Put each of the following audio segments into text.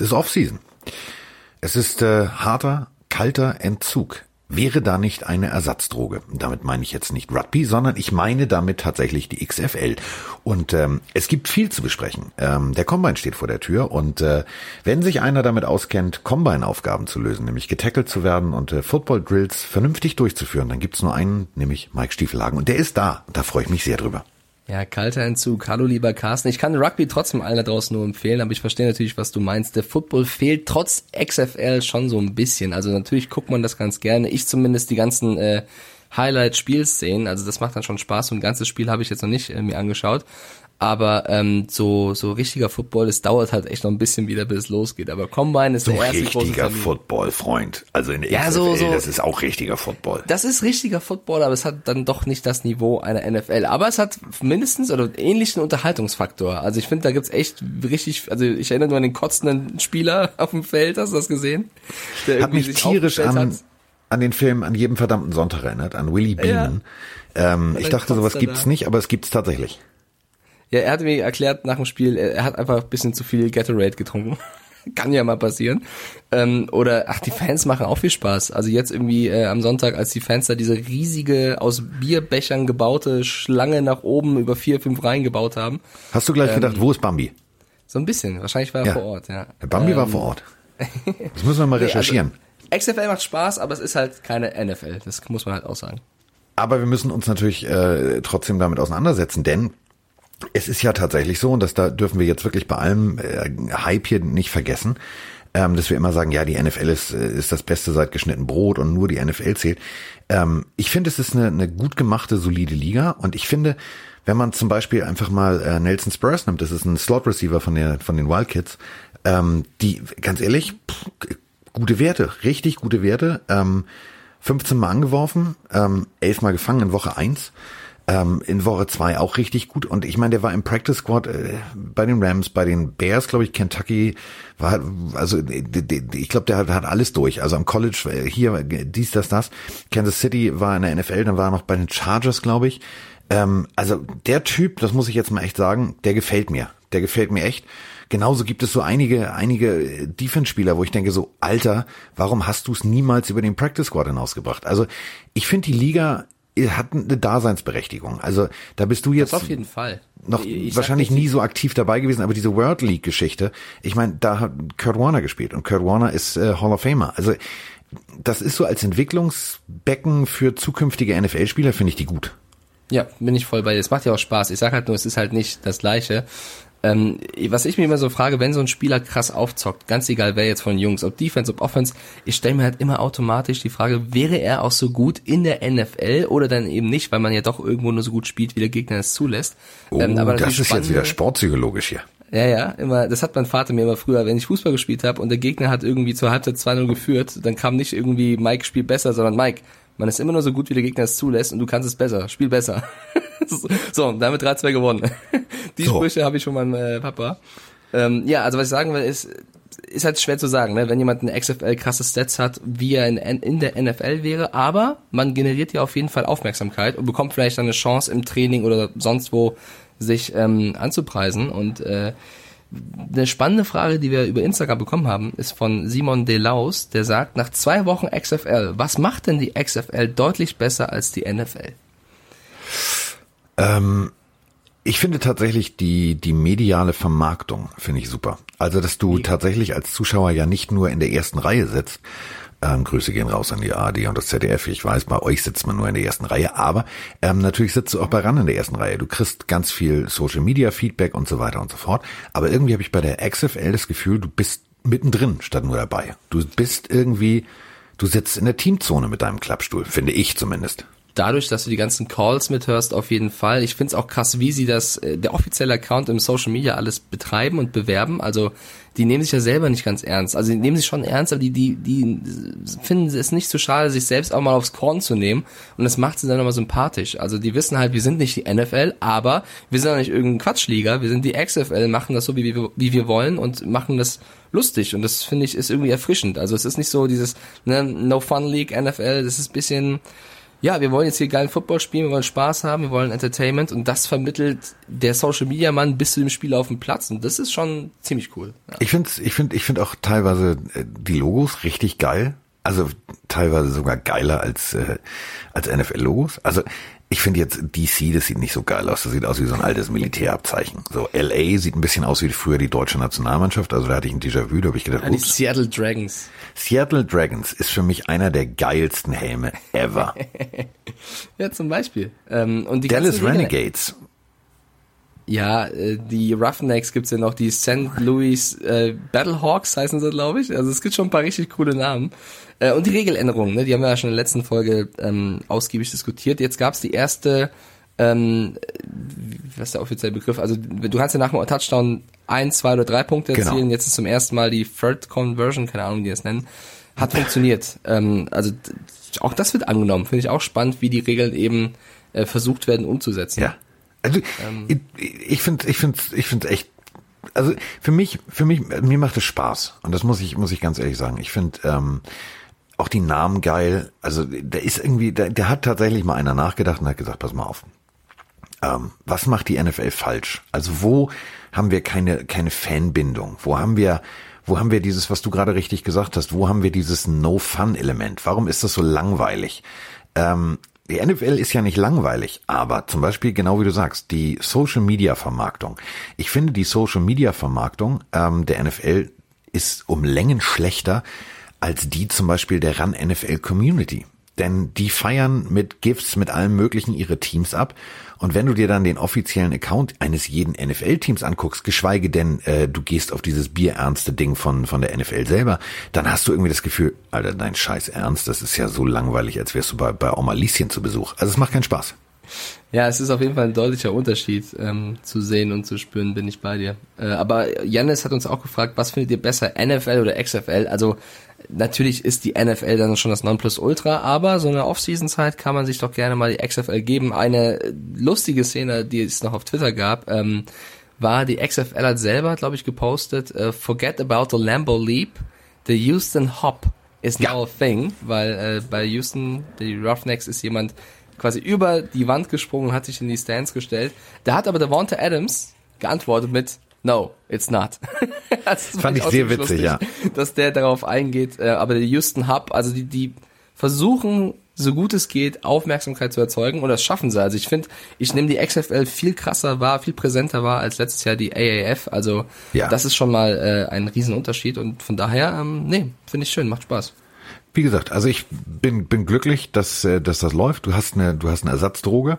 ist Offseason. Es ist harter, kalter Entzug. Wäre da nicht eine Ersatzdroge? Damit meine ich jetzt nicht Rugby, sondern ich meine damit tatsächlich die XFL. Und es gibt viel zu besprechen. Der Combine steht vor der Tür und wenn sich einer damit auskennt, Combine-Aufgaben zu lösen, nämlich getackelt zu werden und Football-Drills vernünftig durchzuführen, dann gibt's nur einen, nämlich Mike Stiefelhagen. Und der ist da. Und da freue ich mich sehr drüber. Ja, kalter Entzug. Hallo, lieber Carsten. Ich kann Rugby trotzdem allen da draußen nur empfehlen, aber ich verstehe natürlich, was du meinst. Der Football fehlt trotz XFL schon so ein bisschen. Also natürlich guckt man das ganz gerne. Ich zumindest die ganzen Highlight-Spielszenen. Also das macht dann schon Spaß. So ein ganzes Spiel habe ich jetzt noch nicht mir angeschaut. Aber so richtiger Football, es dauert halt echt noch ein bisschen wieder, bis es losgeht. Aber Combine ist so der erste große richtiger Termin. Football, Freund. Also in der Ja, XFL, das ist auch richtiger Football. Das ist richtiger Football, aber es hat dann doch nicht das Niveau einer NFL. Aber es hat mindestens oder ähnlichen Unterhaltungsfaktor. Also ich finde, da gibt's echt richtig, also ich erinnere nur an den kotzenden Spieler auf dem Feld, hast du das gesehen? Der hat mich tierisch an den Film An jedem verdammten Sonntag erinnert, an Willie Beeman. Ja. Ich dachte, sowas gibt's nicht, aber es gibt's tatsächlich. Ja, er hat mir erklärt nach dem Spiel, er hat einfach ein bisschen zu viel Gatorade getrunken. Kann ja mal passieren. Die Fans machen auch viel Spaß. Also jetzt irgendwie am Sonntag, als die Fans da diese riesige, aus Bierbechern gebaute Schlange nach oben über 4-5 Reihen gebaut haben. Hast du gleich gedacht, wo ist Bambi? So ein bisschen. Wahrscheinlich war er vor Ort, ja. Bambi war vor Ort. Das müssen wir mal recherchieren. Also, XFL macht Spaß, aber es ist halt keine NFL. Das muss man halt auch sagen. Aber wir müssen uns natürlich trotzdem damit auseinandersetzen, denn es ist ja tatsächlich so, und da dürfen wir jetzt wirklich bei allem Hype hier nicht vergessen, dass wir immer sagen, ja, die NFL ist das Beste seit geschnitten Brot und nur die NFL zählt. Ich finde, es ist eine gut gemachte, solide Liga, und ich finde, wenn man zum Beispiel einfach mal Nelson Spurs nimmt, das ist ein Slot-Receiver von den Wildcats, die, ganz ehrlich, gute Werte, richtig gute Werte, 15 Mal angeworfen, 11 Mal gefangen in Woche 1. In Woche 2 auch richtig gut, und ich meine, der war im Practice Squad bei den Rams, bei den Bears, glaube ich, Kentucky, ich glaube, der hat alles durch, also am College, hier, dies, das, Kansas City war in der NFL, dann war er noch bei den Chargers, glaube ich, also der Typ, das muss ich jetzt mal echt sagen, der gefällt mir echt. Genauso gibt es so einige Defense-Spieler, wo ich denke so, Alter, warum hast du es niemals über den Practice Squad hinausgebracht? Also ich finde, die Liga hat eine Daseinsberechtigung. Also da bist du jetzt das auf jeden Fall noch wahrscheinlich nie so aktiv dabei gewesen, aber diese World League Geschichte, ich meine, da hat Kurt Warner gespielt, und Kurt Warner ist Hall of Famer. Also das ist so als Entwicklungsbecken für zukünftige NFL-Spieler, finde ich die gut. Ja, bin ich voll bei dir. Es macht ja auch Spaß. Ich sag halt nur, es ist halt nicht das Gleiche. Was ich mir immer so frage, wenn so ein Spieler krass aufzockt, ganz egal wer jetzt von Jungs, ob Defense, ob Offense, ich stelle mir halt immer automatisch die Frage, wäre er auch so gut in der NFL oder dann eben nicht, weil man ja doch irgendwo nur so gut spielt, wie der Gegner es zulässt. Aber das ist jetzt wieder sportpsychologisch hier. Ja, immer, das hat mein Vater mir immer früher, wenn ich Fußball gespielt habe und der Gegner hat irgendwie zur Halbzeit 2-0 geführt, dann kam nicht irgendwie Mike spielt besser, sondern Mike, man ist immer nur so gut, wie der Gegner es zulässt, und du kannst es besser, spiel besser. So, damit 3-2 gewonnen. Die Sprüche habe ich von meinem Papa. Also was ich sagen will, ist halt schwer zu sagen, ne? Wenn jemand eine XFL krasse Stats hat, wie er in der NFL wäre, aber man generiert ja auf jeden Fall Aufmerksamkeit und bekommt vielleicht dann eine Chance im Training oder sonst wo sich anzupreisen. Und eine spannende Frage, die wir über Instagram bekommen haben, ist von Simon Delaus, der sagt, nach 2 Wochen XFL, was macht denn die XFL deutlich besser als die NFL? Ich finde tatsächlich die mediale Vermarktung finde ich super. Also, dass du tatsächlich als Zuschauer ja nicht nur in der ersten Reihe sitzt. Grüße gehen raus an die ARD und das ZDF. Ich weiß, bei euch sitzt man nur in der ersten Reihe, aber natürlich sitzt du auch bei RAN in der ersten Reihe. Du kriegst ganz viel Social Media Feedback und so weiter und so fort. Aber irgendwie habe ich bei der XFL das Gefühl, du bist mittendrin statt nur dabei. Du sitzt in der Teamzone mit deinem Klappstuhl, finde ich zumindest. Dadurch, dass du die ganzen Calls mithörst, auf jeden Fall. Ich find's auch krass, wie sie der offizielle Account im Social Media alles betreiben und bewerben. Also die nehmen sich ja selber nicht ganz ernst. Also die nehmen sich schon ernst, aber die finden es nicht so schade, sich selbst auch mal aufs Korn zu nehmen. Und das macht sie dann nochmal sympathisch. Also die wissen halt, wir sind nicht die NFL, aber wir sind auch nicht irgendein Quatschliga. Wir sind die XFL, machen das so, wie wir wollen und machen das lustig. Und das, finde ich, ist irgendwie erfrischend. Also es ist nicht so dieses No Fun League NFL, das ist ein bisschen Ja, wir wollen jetzt hier geilen Football spielen, wir wollen Spaß haben, wir wollen Entertainment und das vermittelt der Social-Media-Mann bis zu dem Spiel auf dem Platz und das ist schon ziemlich cool. Ja. Ich finde auch teilweise die Logos richtig geil, also teilweise sogar geiler als NFL-Logos. Also ich finde jetzt DC, das sieht nicht so geil aus, das sieht aus wie so ein altes Militärabzeichen. So LA sieht ein bisschen aus wie früher die deutsche Nationalmannschaft, also da hatte ich ein Déjà-vu, da habe ich gedacht, die Seattle Dragons. Seattle Dragons ist für mich einer der geilsten Helme ever. Ja, zum Beispiel. Und die Dallas Renegades. Ja, die Roughnecks gibt's ja noch, die St. Louis Battlehawks heißen sie, glaube ich. Also es gibt schon ein paar richtig coole Namen. Und die Regeländerungen, ne, die haben wir ja schon in der letzten Folge ausgiebig diskutiert. Jetzt gab's die erste, was ist der offizielle Begriff? Also du kannst ja nach dem Touchdown 1, 2 oder 3 Punkte erzielen. Genau. Jetzt ist zum ersten Mal die Third Conversion, keine Ahnung, wie die das nennen. Hat funktioniert. Also auch das wird angenommen. Finde ich auch spannend, wie die Regeln eben versucht werden umzusetzen. Ja. Also ich finde echt, also für mich, mir macht es Spaß und das muss ich ganz ehrlich sagen. Ich finde auch die Namen geil. Also da ist irgendwie, der hat tatsächlich mal einer nachgedacht und hat gesagt, pass mal auf, was macht die NFL falsch? Also wo haben wir keine Fanbindung? Wo haben wir dieses, was du gerade richtig gesagt hast? Wo haben wir dieses No-Fun-Element? Warum ist das so langweilig? Die NFL ist ja nicht langweilig, aber zum Beispiel, genau wie du sagst, die Social-Media-Vermarktung. Ich finde, die Social-Media-Vermarktung der NFL ist um Längen schlechter als die zum Beispiel der Run-NFL-Community. Denn die feiern mit GIFs, mit allem Möglichen ihre Teams ab. Und wenn du dir dann den offiziellen Account eines jeden NFL-Teams anguckst, geschweige denn, du gehst auf dieses bierernste Ding von der NFL selber, dann hast du irgendwie das Gefühl, Alter, dein Scheiß Ernst, das ist ja so langweilig, als wärst du bei Oma Lieschen zu Besuch. Also es macht keinen Spaß. Ja, es ist auf jeden Fall ein deutlicher Unterschied zu sehen und zu spüren, bin ich bei dir. Aber Jannis hat uns auch gefragt, was findet ihr besser, NFL oder XFL? Also natürlich ist die NFL dann schon das Nonplusultra, aber so eine Off-Season-Zeit kann man sich doch gerne mal die XFL geben. Eine lustige Szene, die es noch auf Twitter gab, war, die XFL hat selber, glaube ich, gepostet, forget about the Lambeau Leap, the Houston Hop is now a thing, weil bei Houston, die Roughnecks, ist jemand quasi über die Wand gesprungen, hat sich in die Stands gestellt. Da hat aber Davante Adams geantwortet mit No, it's not. Das fand ich sehr witzig, lustig, ja. Dass der darauf eingeht. Aber der Houston Hub, also die versuchen, so gut es geht, Aufmerksamkeit zu erzeugen und das schaffen sie. Also ich nehme die XFL viel krasser wahr, viel präsenter wahr als letztes Jahr die AAF. Also ja, das ist schon mal ein Riesenunterschied und von daher, finde ich schön, macht Spaß. Wie gesagt, also ich bin glücklich, dass das läuft. Du hast eine Ersatzdroge.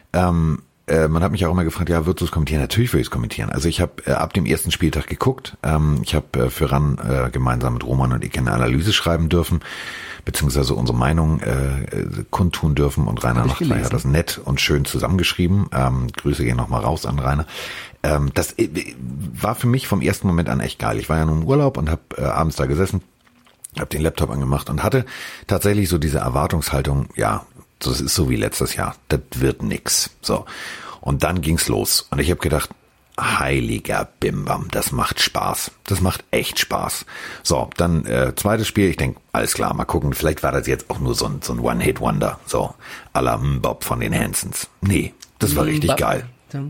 Man hat mich auch immer gefragt, ja, würdest du es kommentieren? Natürlich würde ich es kommentieren. Also ich habe ab dem ersten Spieltag geguckt. Ich habe für RAN gemeinsam mit Roman und ich eine Analyse schreiben dürfen, beziehungsweise unsere Meinung kundtun dürfen. Und Rainer Nachtwey hat das nett und schön zusammengeschrieben. Grüße gehen nochmal raus an Rainer. Das war für mich vom ersten Moment an echt geil. Ich war ja nun im Urlaub und habe abends da gesessen, habe den Laptop angemacht und hatte tatsächlich so diese Erwartungshaltung, ja, das ist so wie letztes Jahr, das wird nix. So. Und dann ging's los. Und ich habe gedacht, heiliger Bimbam, das macht Spaß. Das macht echt Spaß. So, dann zweites Spiel, ich denke, alles klar, mal gucken, vielleicht war das jetzt auch nur so ein One-Hit-Wonder, so à la Bob von den Hansons. Nee, das war richtig geil.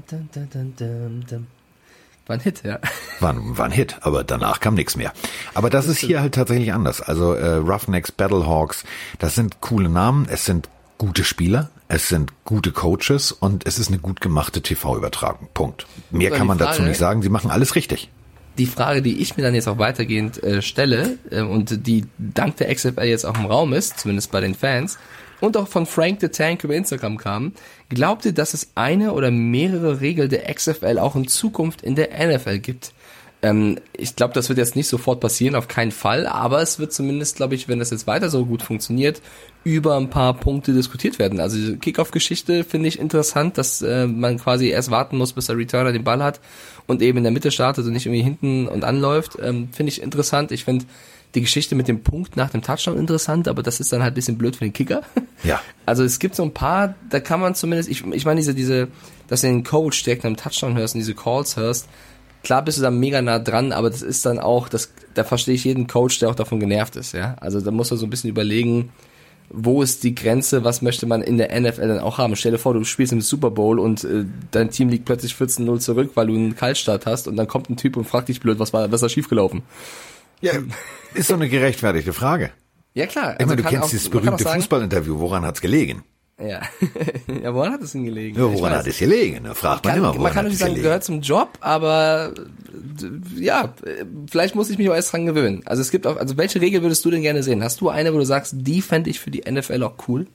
War ein Hit, ja. War ein Hit, aber danach kam nichts mehr. Aber das ist hier halt tatsächlich anders. Also Roughnecks, Battlehawks, das sind coole Namen, es sind gute Spieler, es sind gute Coaches und es ist eine gut gemachte TV-Übertragung. Punkt. Mehr kann man dazu nicht sagen, sie machen alles richtig. Die Frage, die ich mir dann jetzt auch weitergehend stelle und die dank der XFL jetzt auch im Raum ist, zumindest bei den Fans, und auch von Frank the Tank über Instagram kam, glaubt ihr, dass es eine oder mehrere Regeln der XFL auch in Zukunft in der NFL gibt? Ich glaube, das wird jetzt nicht sofort passieren, auf keinen Fall, aber es wird zumindest, glaube ich, wenn das jetzt weiter so gut funktioniert, über ein paar Punkte diskutiert werden. Also diese Kickoff-Geschichte finde ich interessant, dass man quasi erst warten muss, bis der Returner den Ball hat und eben in der Mitte startet und nicht irgendwie hinten und anläuft. Finde ich interessant. Ich finde die Geschichte mit dem Punkt nach dem Touchdown interessant, aber das ist dann halt ein bisschen blöd für den Kicker. Ja. Also es gibt so ein paar, da kann man zumindest, ich meine diese, dass du den Coach direkt am Touchdown hörst und diese Calls hörst, klar bist du da mega nah dran, aber das ist dann auch, da verstehe ich jeden Coach, der auch davon genervt ist, ja. Also da muss er so ein bisschen überlegen, wo ist die Grenze, was möchte man in der NFL dann auch haben? Stell dir vor, du spielst im Super Bowl und dein Team liegt plötzlich 14-0 zurück, weil du einen Kaltstart hast und dann kommt ein Typ und fragt dich blöd, was ist da schiefgelaufen? Ja, ist so eine gerechtfertigte Frage. Ja, klar. Ich meine, du kennst dieses berühmte Fußballinterview, woran hat's gelegen? Ja. Ja, woran hat es denn gelegen? Ja, woran hat es gelegen? Da fragt man immer, woran man kann nicht sagen, gehört zum Job, aber ja, vielleicht muss ich mich auch erst dran gewöhnen. Also es gibt auch, also welche Regel würdest du denn gerne sehen? Hast du eine, wo du sagst, die fände ich für die NFL auch cool?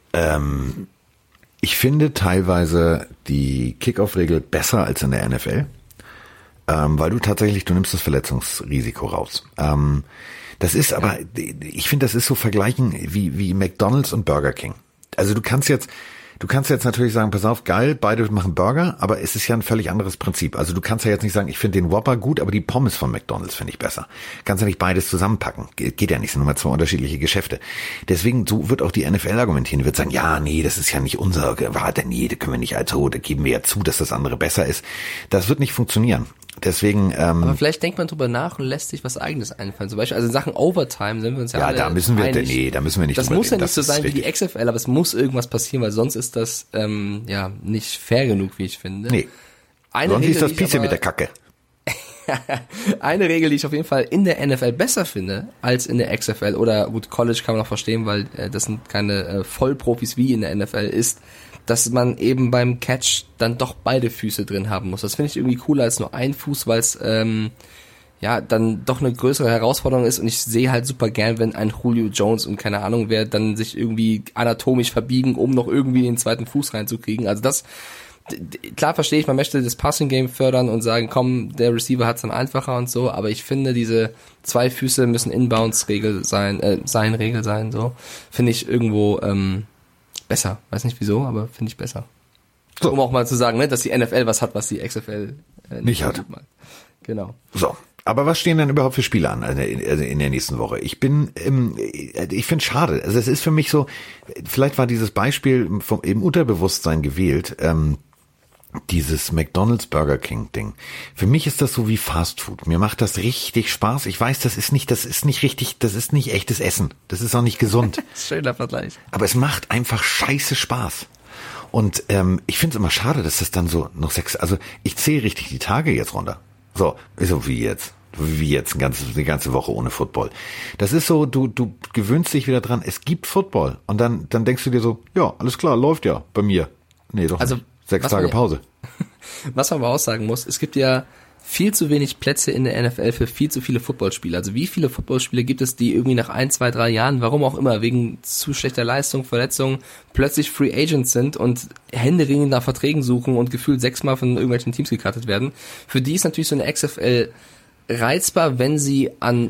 Ich finde teilweise die Kickoff-Regel besser als in der NFL, weil du nimmst das Verletzungsrisiko raus. Das ist aber, ich finde, das ist so vergleichen wie McDonald's und Burger King. Also du kannst jetzt natürlich sagen, pass auf, geil, beide machen Burger, aber es ist ja ein völlig anderes Prinzip. Also du kannst ja jetzt nicht sagen, ich finde den Whopper gut, aber die Pommes von McDonald's finde ich besser. Kannst ja nicht beides zusammenpacken. Geht ja nicht, sind nur mal zwei unterschiedliche Geschäfte. Deswegen, so wird auch die NFL argumentieren. Die wird sagen, ja, nee, das ist ja nicht unser, nee, da können wir nicht, also, da geben wir ja zu, dass das andere besser ist. Das wird nicht funktionieren. Deswegen, aber vielleicht denkt man drüber nach und lässt sich was Eigenes einfallen. Zum Beispiel, also in Sachen Overtime sind wir uns ja alle da müssen wir nicht das drüber muss reden. Ja nicht so sein wie die XFL, aber es muss irgendwas passieren, weil sonst ist das nicht fair genug, wie ich finde. Nee. Sonst ist das Pizza mit der Kacke. Eine Regel, die ich auf jeden Fall in der NFL besser finde als in der XFL oder gut, College kann man auch verstehen, weil das sind keine Vollprofis wie in der NFL ist, dass man eben beim Catch dann doch beide Füße drin haben muss. Das finde ich irgendwie cooler als nur ein Fuß, weil es dann doch eine größere Herausforderung ist und ich sehe halt super gern, wenn ein Julio Jones und keine Ahnung wer dann sich irgendwie anatomisch verbiegen, um noch irgendwie den zweiten Fuß reinzukriegen. Also das, klar verstehe ich, man möchte das Passing Game fördern und sagen, komm, der Receiver hat's dann einfacher und so, aber ich finde, diese 2 Füße müssen Inbounds-Regel sein, so, finde ich irgendwo, besser. Weiß nicht wieso, aber finde ich besser. So. Um auch mal zu sagen, ne, dass die NFL was hat, was die XFL nicht hat. Genau. So. Aber was stehen denn überhaupt für Spiele an in der nächsten Woche? Ich finde es schade. Also es ist für mich so, vielleicht war dieses Beispiel im Unterbewusstsein gewählt, dieses McDonald's Burger King Ding. Für mich ist das so wie Fast Food. Mir macht das richtig Spaß. Ich weiß, das ist nicht echtes Essen. Das ist auch nicht gesund. Schöner Vergleich. Aber es macht einfach scheiße Spaß. Und ich finde es immer schade, dass das dann so noch also ich zähle richtig die Tage jetzt runter. So, so wie jetzt eine ganze Woche ohne Football. Das ist so, du gewöhnst dich wieder dran, es gibt Football. Und dann denkst du dir so, ja, alles klar, läuft ja bei mir. Nee, doch also, nicht. 6 Tage Pause. Was man aber auch sagen muss, es gibt ja viel zu wenig Plätze in der NFL für viel zu viele Footballspieler. Also wie viele Footballspieler gibt es, die irgendwie nach 1, 2, 3 Jahren, warum auch immer, wegen zu schlechter Leistung, Verletzungen, plötzlich Free Agents sind und händeringend nach Verträgen suchen und gefühlt 6-mal von irgendwelchen Teams gekartet werden. Für die ist natürlich so eine XFL reizbar, wenn sie an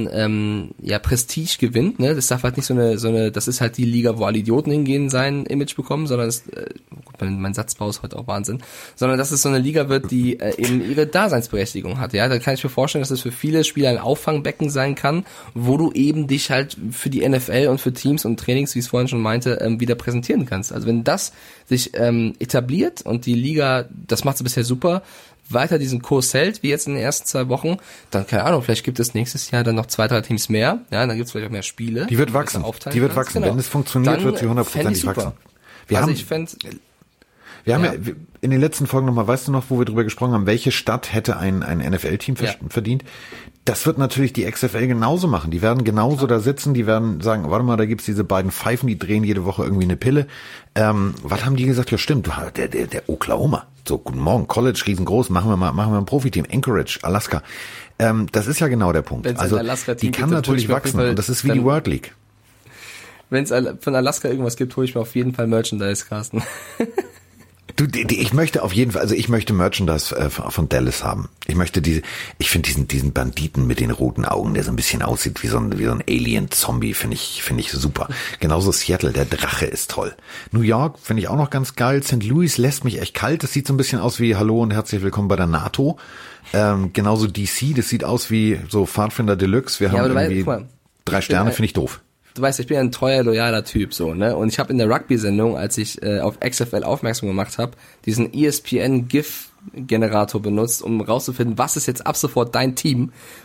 Prestige gewinnt, ne? Das darf halt nicht so eine, das ist halt die Liga, wo alle Idioten hingehen, sein Image bekommen, sondern mein Satzbau ist heute auch Wahnsinn, sondern dass es so eine Liga wird, die eben ihre Daseinsberechtigung hat, ja? Da kann ich mir vorstellen, dass es für viele Spieler ein Auffangbecken sein kann, wo du eben dich halt für die NFL und für Teams und Trainings, wie ich es vorhin schon meinte, wieder präsentieren kannst. Also wenn das sich etabliert und die Liga, das macht sie bisher super, weiter diesen Kurs hält, wie jetzt in den ersten 2 Wochen, dann, keine Ahnung, vielleicht gibt es nächstes Jahr dann noch 2, 3 Teams mehr, ja, dann gibt es vielleicht auch mehr Spiele. Die wird wachsen, Genau. Wenn es funktioniert, dann wird sie 100%ig wachsen. Wir haben ja in den letzten Folgen nochmal, weißt du noch, wo wir drüber gesprochen haben, welche Stadt hätte ein NFL-Team verdient? Das wird natürlich die XFL genauso machen. Die werden genauso da sitzen, die werden sagen, warte mal, da gibt's diese beiden Pfeifen, die drehen jede Woche irgendwie eine Pille. Was haben die gesagt? Ja, stimmt, der Oklahoma. So, guten Morgen, College, riesengroß, machen wir ein Profiteam, Anchorage, Alaska. Das ist ja genau der Punkt. Wenn's also, die kann natürlich wachsen und das ist wie die World League. Wenn es von Alaska irgendwas gibt, hole ich mir auf jeden Fall Merchandise, Carsten. Ich möchte auf jeden Fall, also ich möchte Merchandise von Dallas haben. Ich finde diesen Banditen mit den roten Augen, der so ein bisschen aussieht wie so ein Alien-Zombie, finde ich super. Genauso Seattle, der Drache ist toll. New York finde ich auch noch ganz geil. St. Louis lässt mich echt kalt. Das sieht so ein bisschen aus wie Hallo und herzlich willkommen bei der NATO. Genauso DC, das sieht aus wie so Pfadfinder Deluxe. Wir haben irgendwie 3 Sterne, finde ich doof. Du weißt, ich bin ein treuer, loyaler Typ, so, ne? Und ich habe in der Rugby-Sendung, als ich auf XFL aufmerksam gemacht habe, diesen ESPN-GIF-Generator benutzt, um rauszufinden, was ist jetzt ab sofort dein Team.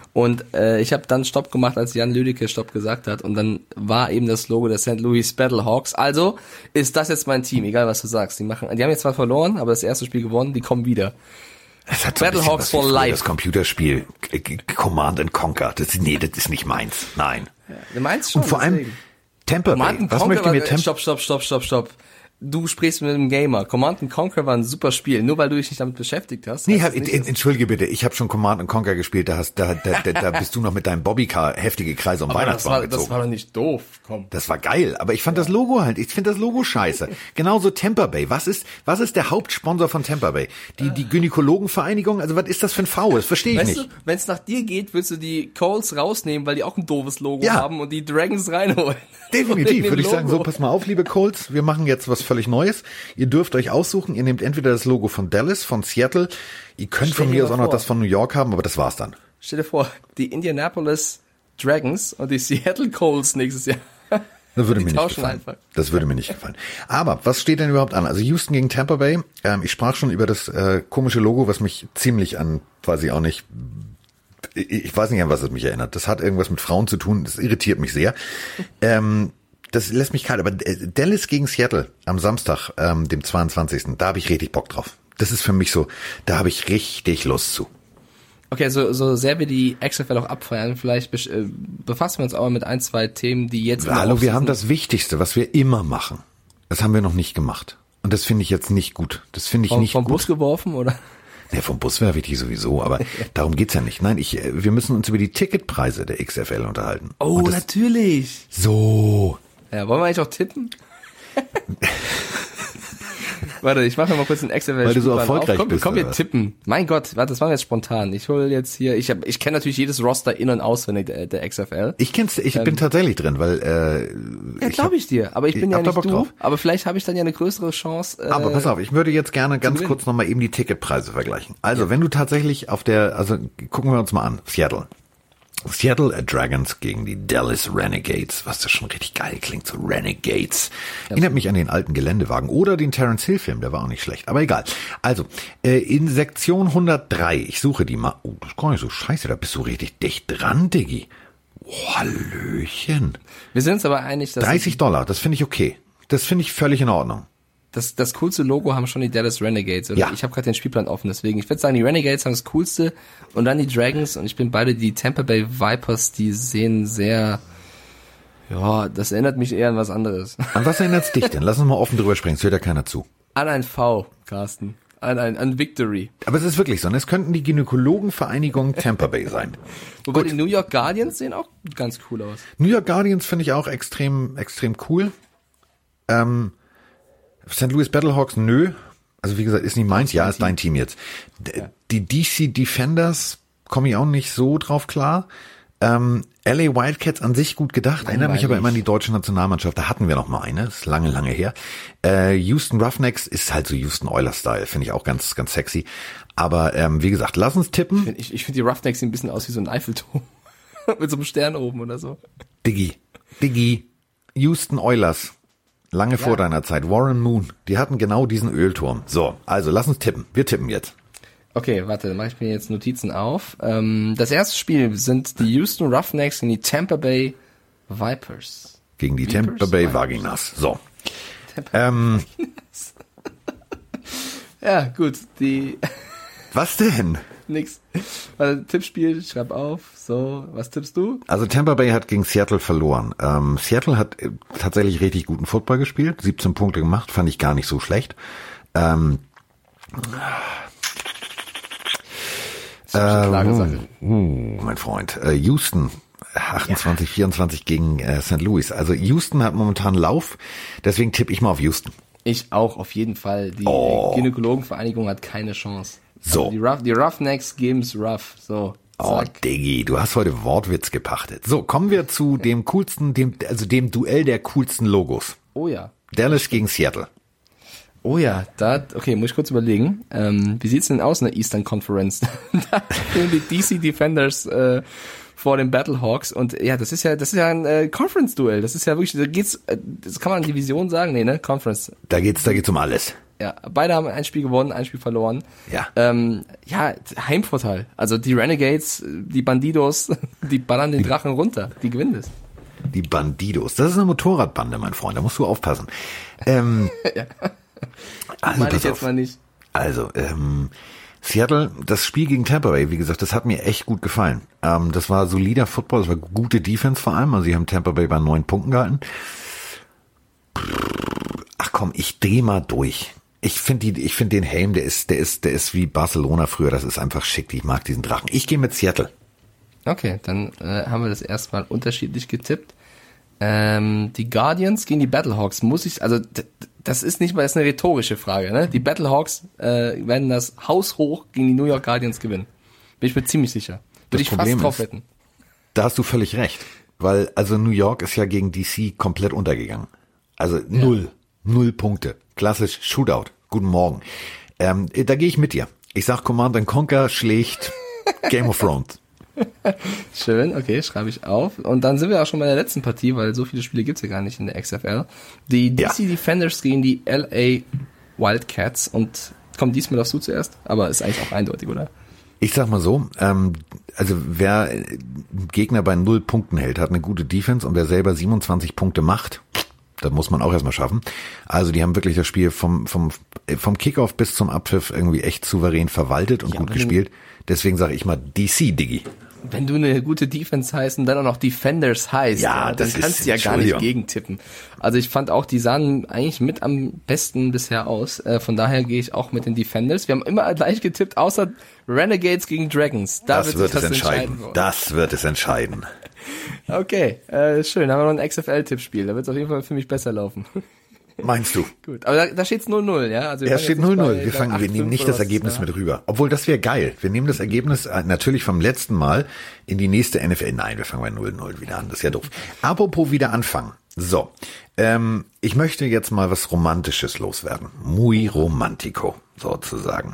Und ich habe dann Stopp gemacht, als Jan Lüdecke Stopp gesagt hat. Und dann war eben das Logo der St. Louis Battlehawks. Also ist das jetzt mein Team, egal was du sagst. Die haben jetzt zwar verloren, aber das erste Spiel gewonnen, die kommen wieder. Das hat so Battlehawks for Life. Das Computerspiel Command and Conquer. Das ist nicht meins. Nein. Ja, du meinst schon. Und vor allem Tampa Bay. Was möchte mir Stopp. Du sprichst mit einem Gamer. Command & Conquer war ein super Spiel. Nur weil du dich nicht damit beschäftigt hast. Nee, entschuldige bitte. Ich habe schon Command & Conquer gespielt. Da bist du noch mit deinem Bobbycar heftige Kreise um Weihnachtsbaum gezogen. Das war doch nicht doof. Komm. Das war geil. Aber ich fand das Logo ich finde das Logo scheiße. Genauso Tampa Bay. Was ist der Hauptsponsor von Tampa Bay? Die Gynäkologenvereinigung? Also was ist das für ein V? Das verstehe ich nicht. Wenn es nach dir geht, willst du die Colts rausnehmen, weil die auch ein doofes Logo haben und die Dragons reinholen. Definitiv, würde ich sagen, so, pass mal auf, liebe Colts, wir machen jetzt was völlig Neues. Ihr dürft euch aussuchen, ihr nehmt entweder das Logo von Dallas, von Seattle, ihr könnt von mir aus auch noch das von New York haben, aber das war's dann. Stell dir vor, die Indianapolis Dragons und die Seattle Colts nächstes Jahr. Das würde mir nicht gefallen. Einfach. Das würde mir nicht gefallen. Aber was steht denn überhaupt an? Also Houston gegen Tampa Bay. Ich sprach schon über das komische Logo, was mich ziemlich an, weiß ich nicht, an was es mich erinnert. Das hat irgendwas mit Frauen zu tun. Das irritiert mich sehr. Das lässt mich kalt. Aber Dallas gegen Seattle am Samstag, dem 22. Da habe ich richtig Bock drauf. Das ist für mich so, da habe ich richtig Lust zu. Okay, so sehr wir die XFL auch abfeiern, vielleicht befassen wir uns auch mal mit ein, zwei Themen, die jetzt... Hallo, wir haben das Wichtigste, was wir immer machen. Das haben wir noch nicht gemacht. Und das finde ich jetzt nicht gut. Das finde ich nicht gut. Vom Bus geworfen, oder? Ja, vom Bus werfe ich die sowieso, aber darum geht's ja nicht. Nein, wir müssen uns über die Ticketpreise der XFL unterhalten. Oh, natürlich. So. Ja, wollen wir eigentlich auch tippen? Warte, ich mache mal kurz einen XFL. Weil du so erfolgreich bist. Komm, wir tippen. Mein Gott, warte, das machen wir jetzt spontan. Ich hole jetzt hier, ich kenne natürlich jedes Roster in- und auswendig der XFL. Ich bin tatsächlich drin, weil ja, glaube ich dir, aber ich bin ja nicht du. Drauf. Aber vielleicht habe ich dann ja eine größere Chance. Aber pass auf, ich würde jetzt gerne ganz kurz nochmal eben die Ticketpreise vergleichen. Also, wenn du tatsächlich gucken wir uns mal an, Seattle Dragons gegen die Dallas Renegades, was das schon richtig geil klingt, so Renegades. Erinnert mich an den alten Geländewagen oder den Terence Hill Film, der war auch nicht schlecht, aber egal. Also, in Sektion 103, ich suche die mal, oh, das ist gar nicht so scheiße, da bist du richtig dicht dran, Diggi. Oh, Hallöchen. Wir sind uns aber einig, dass... $30, das finde ich okay. Das finde ich völlig in Ordnung. Das coolste Logo haben schon die Dallas Renegades. Oder? Ja. Ich habe gerade den Spielplan offen, deswegen. Ich würde sagen, die Renegades haben das coolste und dann die Dragons und ich bin beide die Tampa Bay Vipers, die sehen sehr, ja, das erinnert mich eher an was anderes. An was erinnert's dich denn? Lass uns mal offen drüber sprechen, es hört ja keiner zu. An ein V, Carsten. An Victory. Aber es ist wirklich so, es könnten die Gynäkologenvereinigung Tampa Bay sein. Wobei die New York Guardians sehen auch ganz cool aus. New York Guardians finde ich auch extrem cool. St. Louis Battlehawks, nö. Also wie gesagt, ist nicht meins. Ja, ist dein Team jetzt. Die DC Defenders komme ich auch nicht so drauf klar. LA Wildcats an sich gut gedacht. Erinnert mich aber immer an die deutsche Nationalmannschaft. Da hatten wir noch mal eine. Das ist lange, lange her. Houston Roughnecks ist halt so Houston Oilers-Style. Finde ich auch ganz, ganz sexy. Aber wie gesagt, lass uns tippen. Ich finde die Roughnecks sehen ein bisschen aus wie so ein Eiffelturm. Mit so einem Stern oben oder so. Diggi. Houston Oilers. Lange vor deiner Zeit. Warren Moon. Die hatten genau diesen Ölturm. So, also lass uns tippen. Wir tippen jetzt. Okay, warte, dann mache ich mir jetzt Notizen auf. Das erste Spiel sind die Houston Roughnecks gegen die Tampa Bay Vipers. Gegen die Tampa Bay Vaginas. So. Ja, gut. Was denn? Nix. Also, Tippspiel, schreib auf. So, was tippst du? Also Tampa Bay hat gegen Seattle verloren. Seattle hat tatsächlich richtig guten Football gespielt. 17 Punkte gemacht, fand ich gar nicht so schlecht. Klar gesagt. Mein Freund. Houston 28-24 gegen St. Louis. Also Houston hat momentan Lauf. Deswegen tippe ich mal auf Houston. Ich auch, auf jeden Fall. Die Gynäkologenvereinigung hat keine Chance. So. Also die Roughnecks game's rough. So. Zack. Oh, Diggi, du hast heute Wortwitz gepachtet. So, kommen wir zu dem coolsten, dem Duell der coolsten Logos. Oh ja. Dallas gegen Seattle. Oh ja, okay, muss ich kurz überlegen. Wie sieht's denn aus in der Eastern Conference? Da stehen die DC Defenders vor den Battlehawks und ja, das ist ja ein Conference-Duell. Das ist ja wirklich, das kann man Division sagen? Nee, ne? Conference. Da geht's um alles. Ja, beide haben ein Spiel gewonnen, ein Spiel verloren. Ja. Ja, Heimvorteil. Also die Renegades, die Bandidos, die ballern den Drachen runter. Die gewinnen es. Die Bandidos. Das ist eine Motorradbande, mein Freund. Da musst du aufpassen. Ja. Also, Meine ich pass jetzt auf. mal nicht. Also, Seattle, das Spiel gegen Tampa Bay, wie gesagt, das hat mir echt gut gefallen. Das war solider Football, das war gute Defense vor allem. Also sie haben Tampa Bay bei 9 Punkten gehalten. Ach komm, ich dreh mal durch. Ich finde den Helm, der ist wie Barcelona früher. Das ist einfach schick. Ich mag diesen Drachen. Ich gehe mit Seattle. Okay, dann haben wir das erstmal unterschiedlich getippt. Die Guardians gegen die Battlehawks das ist nicht mal, das ist eine rhetorische Frage, ne? Die Battlehawks werden das haushoch gegen die New York Guardians gewinnen. Bin ich mir ziemlich sicher. Würde ich fast drauf wetten. Da hast du völlig recht. Weil, also New York ist ja gegen DC komplett untergegangen. Also null Punkte. Klassisch Shootout. Guten Morgen. Da gehe ich mit dir. Ich sag Command & Conquer schlägt Game of Thrones. Schön, okay, schreibe ich auf. Und dann sind wir auch schon bei der letzten Partie, weil so viele Spiele gibt's ja gar nicht in der XFL. Die DC Defenders gegen die LA Wildcats. Und komm, diesmal darfst du zuerst, aber ist eigentlich auch eindeutig, oder? Ich sag mal so, also wer Gegner bei 0 Punkten hält, hat eine gute Defense, und wer selber 27 Punkte macht, das muss man auch erstmal schaffen. Also die haben wirklich das Spiel vom Kickoff bis zum Abpfiff irgendwie echt souverän verwaltet und gut gespielt. Deswegen sage ich mal DC, Diggi. Wenn du eine gute Defense heißt und dann auch noch Defenders heißt, dann kannst du ja gar nicht gegentippen. Also ich fand auch, die sahen eigentlich mit am besten bisher aus. Von daher gehe ich auch mit den Defenders. Wir haben immer gleich getippt, außer Renegades gegen Dragons. Das wird es entscheiden. Das wird es entscheiden. Okay, schön. Haben wir noch ein XFL-Tippspiel. Da wird es auf jeden Fall für mich besser laufen. Meinst du? Gut, aber da steht's 0-0, ja? Also steht 0-0. Wir nehmen nicht das Ergebnis mit rüber. Obwohl, das wäre geil. Wir nehmen das Ergebnis natürlich vom letzten Mal in die nächste NFL. Nein, wir fangen bei 0-0 wieder an. Das ist ja doof. Apropos wieder anfangen. So, ich möchte jetzt mal was Romantisches loswerden. Muy romantico, sozusagen.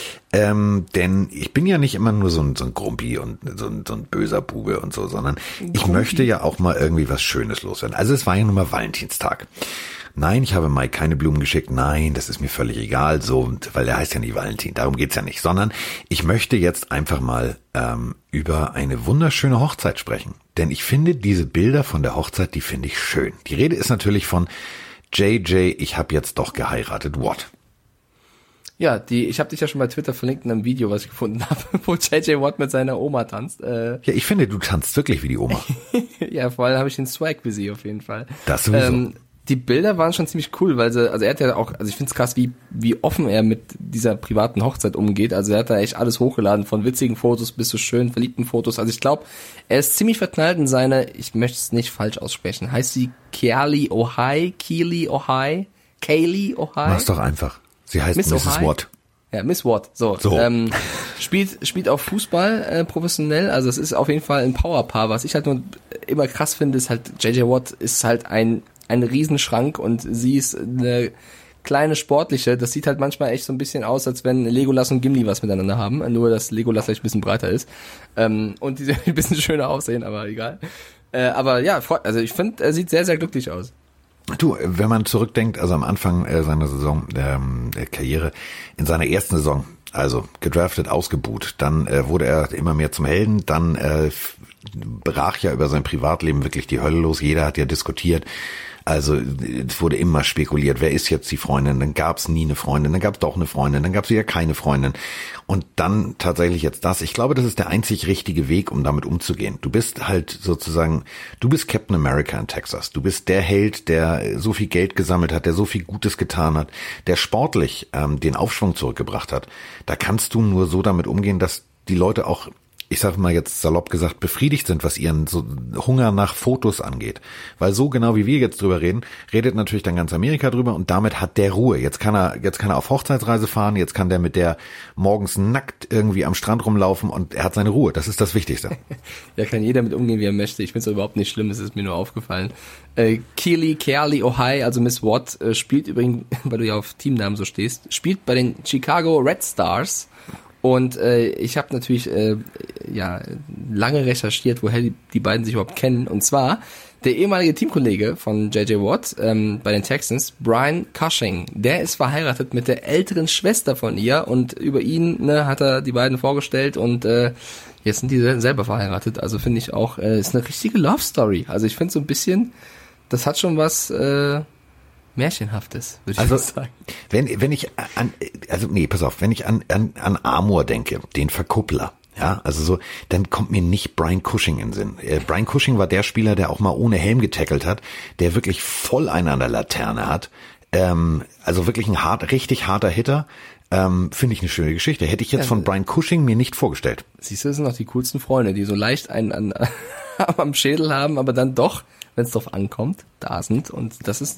Denn ich bin ja nicht immer nur so ein Grumpi und so ein böser Bube und so, sondern ich möchte ja auch mal irgendwie was Schönes loswerden. Also es war ja nun mal Valentinstag. Nein, ich habe Mike keine Blumen geschickt. Nein, das ist mir völlig egal, so, weil der heißt ja nicht Valentin. Darum geht's ja nicht. Sondern ich möchte jetzt einfach mal über eine wunderschöne Hochzeit sprechen. Denn ich finde diese Bilder von der Hochzeit, die finde ich schön. Die Rede ist natürlich von JJ, ich habe jetzt doch geheiratet, Watt. Ja, ich habe dich ja schon bei Twitter verlinkt in einem Video, was ich gefunden habe, wo JJ Watt mit seiner Oma tanzt. Ja, ich finde, du tanzt wirklich wie die Oma. Ja, vor allem habe ich den Swag wie sie auf jeden Fall. Das sowieso. Die Bilder waren schon ziemlich cool, weil er hat ja auch, also ich finde es krass, wie offen er mit dieser privaten Hochzeit umgeht. Also er hat da echt alles hochgeladen, von witzigen Fotos bis zu schönen, verliebten Fotos. Also ich glaube, er ist ziemlich verknallt in seine, ich möchte es nicht falsch aussprechen, heißt sie Keali Ohai? Mach's doch einfach. Sie heißt Mrs. Watt. Ja, Miss Watt. So. Spielt auch Fußball professionell. Also es ist auf jeden Fall ein Powerpaar. Was ich halt nur immer krass finde, ist halt, JJ Watt ist halt ein Riesenschrank und sie ist eine kleine sportliche. Das sieht halt manchmal echt so ein bisschen aus, als wenn Legolas und Gimli was miteinander haben. Nur, dass Legolas vielleicht ein bisschen breiter ist. Und die ein bisschen schöner aussehen, aber egal. Aber ja, also ich finde, er sieht sehr, sehr glücklich aus. Du, wenn man zurückdenkt, also am Anfang seiner Saison, der Karriere, in seiner ersten Saison, also gedraftet, ausgebuht, dann wurde er immer mehr zum Helden, dann brach ja über sein Privatleben wirklich die Hölle los, jeder hat ja diskutiert, also es wurde immer spekuliert, wer ist jetzt die Freundin, dann gab's nie eine Freundin, dann gab's doch eine Freundin, dann gab's wieder keine Freundin und dann tatsächlich jetzt das. Ich glaube, das ist der einzig richtige Weg, um damit umzugehen. Du bist halt sozusagen, du bist Captain America in Texas, du bist der Held, der so viel Geld gesammelt hat, der so viel Gutes getan hat, der sportlich den Aufschwung zurückgebracht hat. Da kannst du nur so damit umgehen, dass die Leute auch, ich sage mal jetzt salopp gesagt, befriedigt sind, was ihren so Hunger nach Fotos angeht. Weil so genau wie wir jetzt drüber reden, redet natürlich dann ganz Amerika drüber und damit hat der Ruhe. Jetzt kann er auf Hochzeitsreise fahren, jetzt kann der mit der morgens nackt irgendwie am Strand rumlaufen und er hat seine Ruhe. Das ist das Wichtigste. Ja, kann jeder mit umgehen, wie er möchte. Ich finde es überhaupt nicht schlimm, es ist mir nur aufgefallen. Keali Ohai, also Miss Watt, spielt übrigens, weil du ja auf Teamnamen so stehst, spielt bei den Chicago Red Stars. Und ich habe natürlich lange recherchiert, woher die beiden sich überhaupt kennen. Und zwar der ehemalige Teamkollege von J.J. Watt bei den Texans, Brian Cushing, der ist verheiratet mit der älteren Schwester von ihr und über ihn hat er die beiden vorgestellt und jetzt sind die selber verheiratet. Also finde ich auch, ist eine richtige Love Story. Also ich finde so ein bisschen, das hat schon was Märchenhaftes, würde ich sagen. Wenn ich an Amor denke, den Verkuppler, ja, also so, dann kommt mir nicht Brian Cushing in den Sinn. Brian Cushing war der Spieler, der auch mal ohne Helm getackelt hat, der wirklich voll einen an der Laterne hat. Also wirklich ein richtig harter Hitter. Finde ich eine schöne Geschichte. Hätte ich jetzt von Brian Cushing mir nicht vorgestellt. Siehst du, das sind noch die coolsten Freunde, die so leicht einen am Schädel haben, aber dann doch, wenn es drauf ankommt, da sind. Und das ist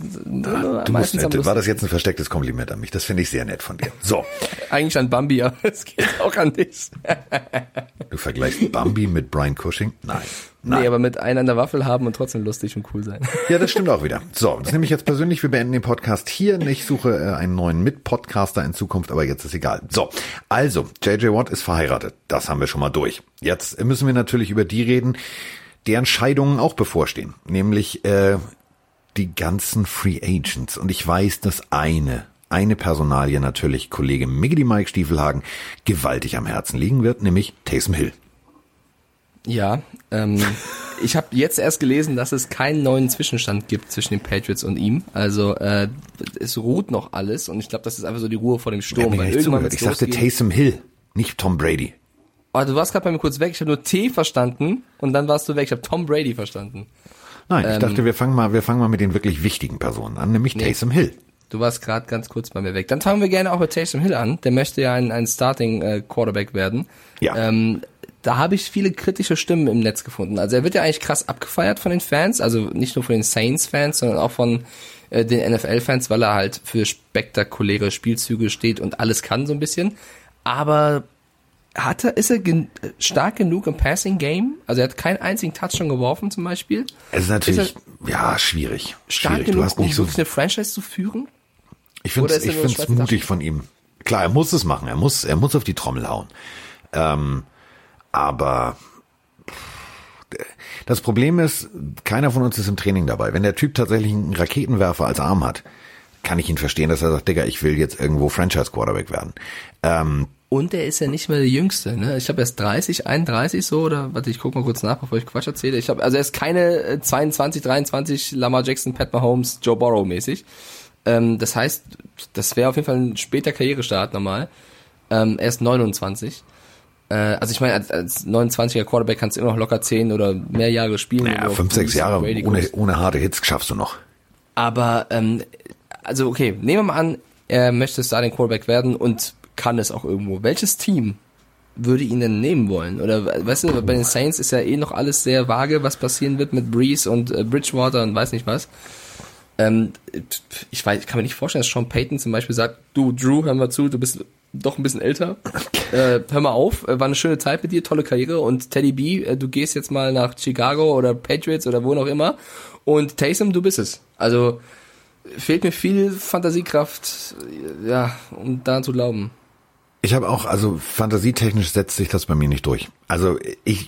war das jetzt ein verstecktes Kompliment an mich? Das finde ich sehr nett von dir. So. Eigentlich an Bambi, aber es geht auch an dich. Du vergleichst Bambi mit Brian Cushing? Nein. Nee, aber mit einem an der Waffel haben und trotzdem lustig und cool sein. Ja, das stimmt auch wieder. So, das nehme ich jetzt persönlich. Wir beenden den Podcast hier. Ich suche einen neuen Mitpodcaster in Zukunft, aber jetzt ist egal. So, also, J.J. Watt ist verheiratet. Das haben wir schon mal durch. Jetzt müssen wir natürlich über die reden, deren Scheidungen auch bevorstehen. Nämlich die ganzen Free Agents. Und ich weiß, dass eine Personalie natürlich Kollege Miggity Mike Stiefelhagen gewaltig am Herzen liegen wird, nämlich Taysom Hill. Ja, ich habe jetzt erst gelesen, dass es keinen neuen Zwischenstand gibt zwischen den Patriots und ihm. Also es ruht noch alles und ich glaube, das ist einfach so die Ruhe vor dem Sturm. Ja, weil irgendwann ich sagte Taysom Hill, nicht Tom Brady. Oh, du warst gerade bei mir kurz weg. Ich habe nur T verstanden und dann warst du weg. Ich habe Tom Brady verstanden. Nein, ich dachte, wir fangen mal mit den wirklich wichtigen Personen an, nämlich Taysom Hill. Du warst gerade ganz kurz bei mir weg. Dann fangen wir gerne auch mit Taysom Hill an. Der möchte ja ein Starting Quarterback werden. Ja. Da habe ich viele kritische Stimmen im Netz gefunden. Also er wird ja eigentlich krass abgefeiert von den Fans, also nicht nur von den Saints-Fans, sondern auch von den NFL-Fans, weil er halt für spektakuläre Spielzüge steht und alles kann so ein bisschen. Aber ist er stark genug im Passing-Game? Also er hat keinen einzigen Touchdown geworfen zum Beispiel. Es ist natürlich, schwierig. Stark genug, um wirklich eine Franchise zu führen? Ich finde es mutig von ihm. Klar, er muss es machen. Er muss auf die Trommel hauen. Aber das Problem ist, keiner von uns ist im Training dabei. Wenn der Typ tatsächlich einen Raketenwerfer als Arm hat, kann ich ihn verstehen, dass er sagt, Digga, ich will jetzt irgendwo Franchise-Quarterback werden. Und er ist ja nicht mehr der Jüngste, ne? Ich habe erst 31 so, oder warte, ich guck mal kurz nach, bevor ich Quatsch erzähle. Also er ist keine 22, 23 Lamar Jackson, Pat Mahomes, Joe Burrow mäßig. Das heißt, das wäre auf jeden Fall ein später Karrierestart normal. Er ist 29. Also ich meine, als 29er Quarterback kannst du immer noch locker 10 oder mehr Jahre spielen. Naja, 5, 6 Jahre ohne harte Hits schaffst du noch. Aber, also okay, nehmen wir mal an, er möchte Starting Quarterback werden und kann es auch irgendwo. Welches Team würde ihn denn nehmen wollen? Oder weißt du, bei den Saints ist ja noch alles sehr vage, was passieren wird mit Breeze und Bridgewater und weiß nicht was. Ich kann mir nicht vorstellen, dass Sean Payton zum Beispiel sagt, du Drew, hör mal zu, du bist doch ein bisschen älter. Hör mal auf, war eine schöne Zeit mit dir, tolle Karriere und Teddy B, du gehst jetzt mal nach Chicago oder Patriots oder wo auch immer und Taysom, du bist es. Also fehlt mir viel Fantasiekraft, um daran zu glauben. Ich habe auch, also fantasietechnisch setzt sich das bei mir nicht durch. Also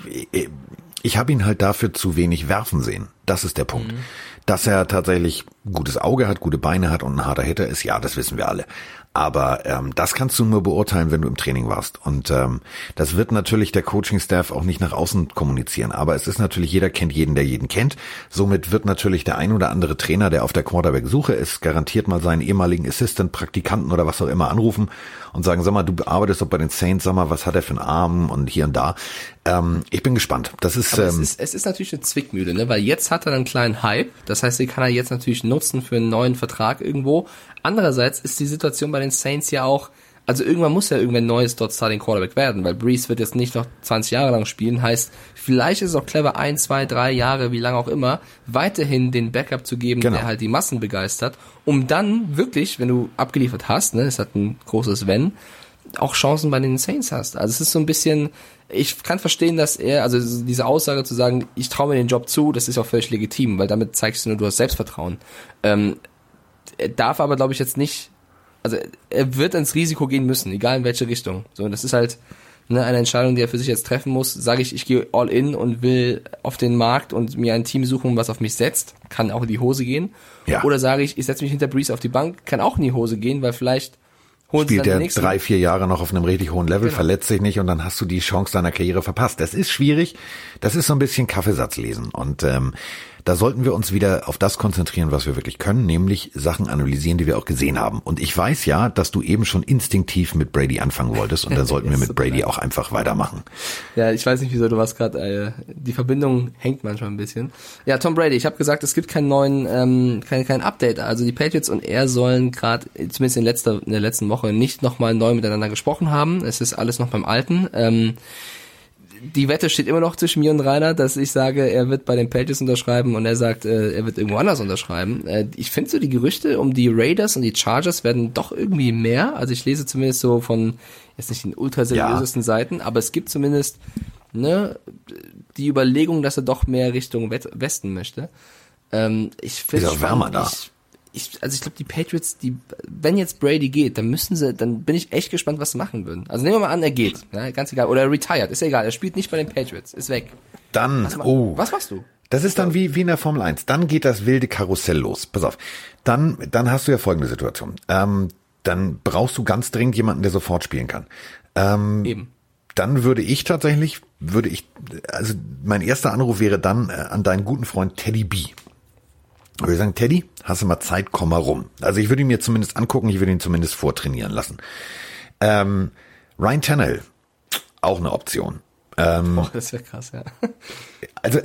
ich habe ihn halt dafür zu wenig werfen sehen. Das ist der Punkt. Dass er tatsächlich ein gutes Auge hat, gute Beine hat und ein harter Hitter ist, ja, das wissen wir alle. Aber das kannst du nur beurteilen, wenn du im Training warst. Und das wird natürlich der Coaching-Staff auch nicht nach außen kommunizieren. Aber es ist natürlich, jeder kennt jeden, der jeden kennt. Somit wird natürlich der ein oder andere Trainer, der auf der Quarterback-Suche ist, garantiert mal seinen ehemaligen Assistant, Praktikanten oder was auch immer anrufen und sagen, sag mal, du arbeitest doch bei den Saints, sag mal, was hat er für einen Arm und hier und da. Ich bin gespannt. Das ist, es ist natürlich eine Zwickmühle, ne? Weil jetzt hat er einen kleinen Hype. Das heißt, den kann er jetzt natürlich nutzen für einen neuen Vertrag irgendwo. Andererseits ist die Situation bei den Saints ja auch, also irgendwann muss ja irgendwann neues dort Starting Quarterback werden, weil Breeze wird jetzt nicht noch 20 Jahre lang spielen. Heißt, vielleicht ist es auch clever, 1, 2, 3 Jahre, wie lange auch immer, weiterhin den Backup zu geben, der halt die Massen begeistert, um dann wirklich, wenn du abgeliefert hast, ne, es hat ein großes Wenn, auch Chancen bei den Saints hast. Also es ist so ein bisschen, ich kann verstehen, dass also diese Aussage zu sagen, ich traue mir den Job zu, das ist auch völlig legitim, weil damit zeigst du nur, du hast Selbstvertrauen. Er darf aber, glaube ich, jetzt nicht, also er wird ins Risiko gehen müssen, egal in welche Richtung. So, das ist halt eine Entscheidung, die er für sich jetzt treffen muss. Sage ich gehe all in und will auf den Markt und mir ein Team suchen, was auf mich setzt, kann auch in die Hose gehen. Ja. Oder sage ich setze mich hinter Breeze auf die Bank, kann auch in die Hose gehen, weil vielleicht holen spielt sie dann er 3-4 Jahre noch auf einem richtig hohen Level, verletzt sich nicht und dann hast du die Chance deiner Karriere verpasst. Das ist schwierig. Das ist so ein bisschen Kaffeesatz lesen und da sollten wir uns wieder auf das konzentrieren, was wir wirklich können, nämlich Sachen analysieren, die wir auch gesehen haben. Und ich weiß ja, dass du eben schon instinktiv mit Brady anfangen wolltest und da sollten wir mit Brady auch einfach weitermachen. Ja, ich weiß nicht, wieso du warst gerade, die Verbindung hängt manchmal ein bisschen. Ja, Tom Brady, ich habe gesagt, es gibt keinen neuen, kein Update. Also die Patriots und er sollen gerade, zumindest in der letzten Woche, nicht nochmal neu miteinander gesprochen haben. Es ist alles noch beim Alten. Die Wette steht immer noch zwischen mir und Rainer, dass ich sage, er wird bei den Patriots unterschreiben und er sagt, er wird irgendwo anders unterschreiben. Ich finde so die Gerüchte um die Raiders und die Chargers werden doch irgendwie mehr. Also ich lese zumindest so von, jetzt nicht den ultraseriösesten Seiten, aber es gibt zumindest die Überlegung, dass er doch mehr Richtung Westen möchte. Ich finde ist auch wärmer da. Ich glaube, die Patriots, wenn jetzt Brady geht, dann bin ich echt gespannt, was sie machen würden. Also nehmen wir mal an, er geht, ja, ganz egal, oder er retired, ist ja egal, er spielt nicht bei den Patriots, ist weg. Dann, was machst du? Das ist dann wie in der Formel 1. Dann geht das wilde Karussell los. Pass auf. Dann hast du ja folgende Situation. Dann brauchst du ganz dringend jemanden, der sofort spielen kann. Eben. Dann würde ich, also mein erster Anruf wäre dann an deinen guten Freund Teddy B. Ich würde sagen, Teddy, hast du mal Zeit, komm mal rum. Also ich würde ihn mir zumindest angucken, ich würde ihn zumindest vortrainieren lassen. Ryan Tannehill, auch eine Option. Das wäre krass, ja. Also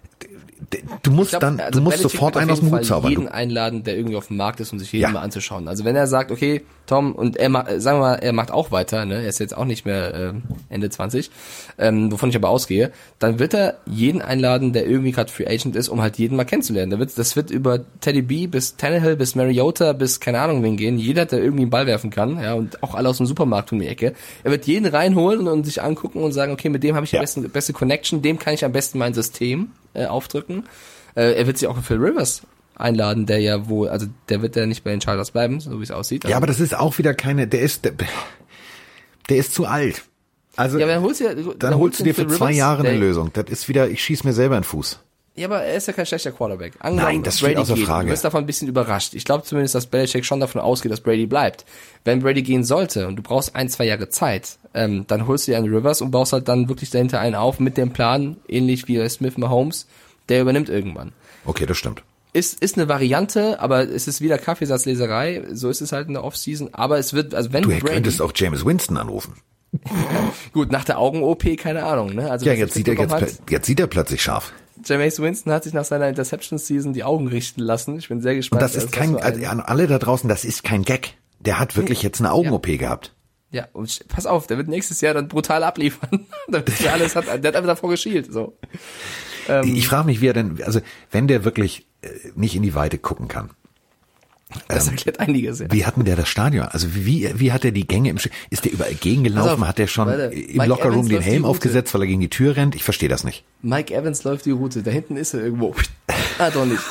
du musst sofort einen aus dem Hut zaubern. Jeden einladen, der irgendwie auf dem Markt ist, um sich jeden mal anzuschauen. Also wenn er sagt, okay, Tom, und sagen wir mal, er macht auch weiter, ne, er ist jetzt auch nicht mehr Ende 20, wovon ich aber ausgehe, dann wird er jeden einladen, der irgendwie gerade Free Agent ist, um halt jeden mal kennenzulernen. Das wird über Teddy B bis Tannehill bis Mariota bis keine Ahnung wen gehen. Jeder, der irgendwie einen Ball werfen kann, ja, und auch alle aus dem Supermarkt um die Ecke. Er wird jeden reinholen und sich angucken und sagen, okay, mit dem habe ich die beste Connection, dem kann ich am besten mein System aufdrücken. Er wird sich auch für Phil Rivers einladen, der ja wohl, also der wird ja nicht bei den Chargers bleiben, so wie es aussieht. Ja, aber das ist auch wieder der ist zu alt. Also ja, dann holst du dir für 2 Jahre eine Lösung. Das ist wieder, ich schieß mir selber in den Fuß. Ja, aber er ist ja kein schlechter Quarterback. Nein, das steht außer Frage. Du bist davon ein bisschen überrascht. Ich glaube zumindest, dass Belichick schon davon ausgeht, dass Brady bleibt. Wenn Brady gehen sollte und du brauchst 1-2 Jahre Zeit, dann holst du dir einen Rivers und baust halt dann wirklich dahinter einen auf mit dem Plan, ähnlich wie Smith Mahomes, der übernimmt irgendwann. Okay, das stimmt. Ist eine Variante, aber es ist wieder Kaffeesatzleserei, so ist es halt in der Offseason, aber es wird, also wenn du könntest auch James Winston anrufen. Gut, nach der Augen-OP, keine Ahnung, ne? Also ja, jetzt sieht er plötzlich scharf. Jameis Winston hat sich nach seiner Interception-Season die Augen richten lassen. Ich bin sehr gespannt. Und das ist an alle da draußen, das ist kein Gag. Der hat wirklich jetzt eine Augen-OP gehabt. Ja, und pass auf, der wird nächstes Jahr dann brutal abliefern. Der hat einfach davor geschielt, so. Ich frage mich, wie er denn, also wenn der wirklich nicht in die Weite gucken kann. Das erklärt einiges, ja. Wie hat denn der das Stadion? Also wie hat er die Gänge ist der überall gegengelaufen? Hat der schon im Lockerroom den Helm aufgesetzt, weil er gegen die Tür rennt? Ich verstehe das nicht. Mike Evans läuft die Route, da hinten ist er irgendwo. Doch nicht.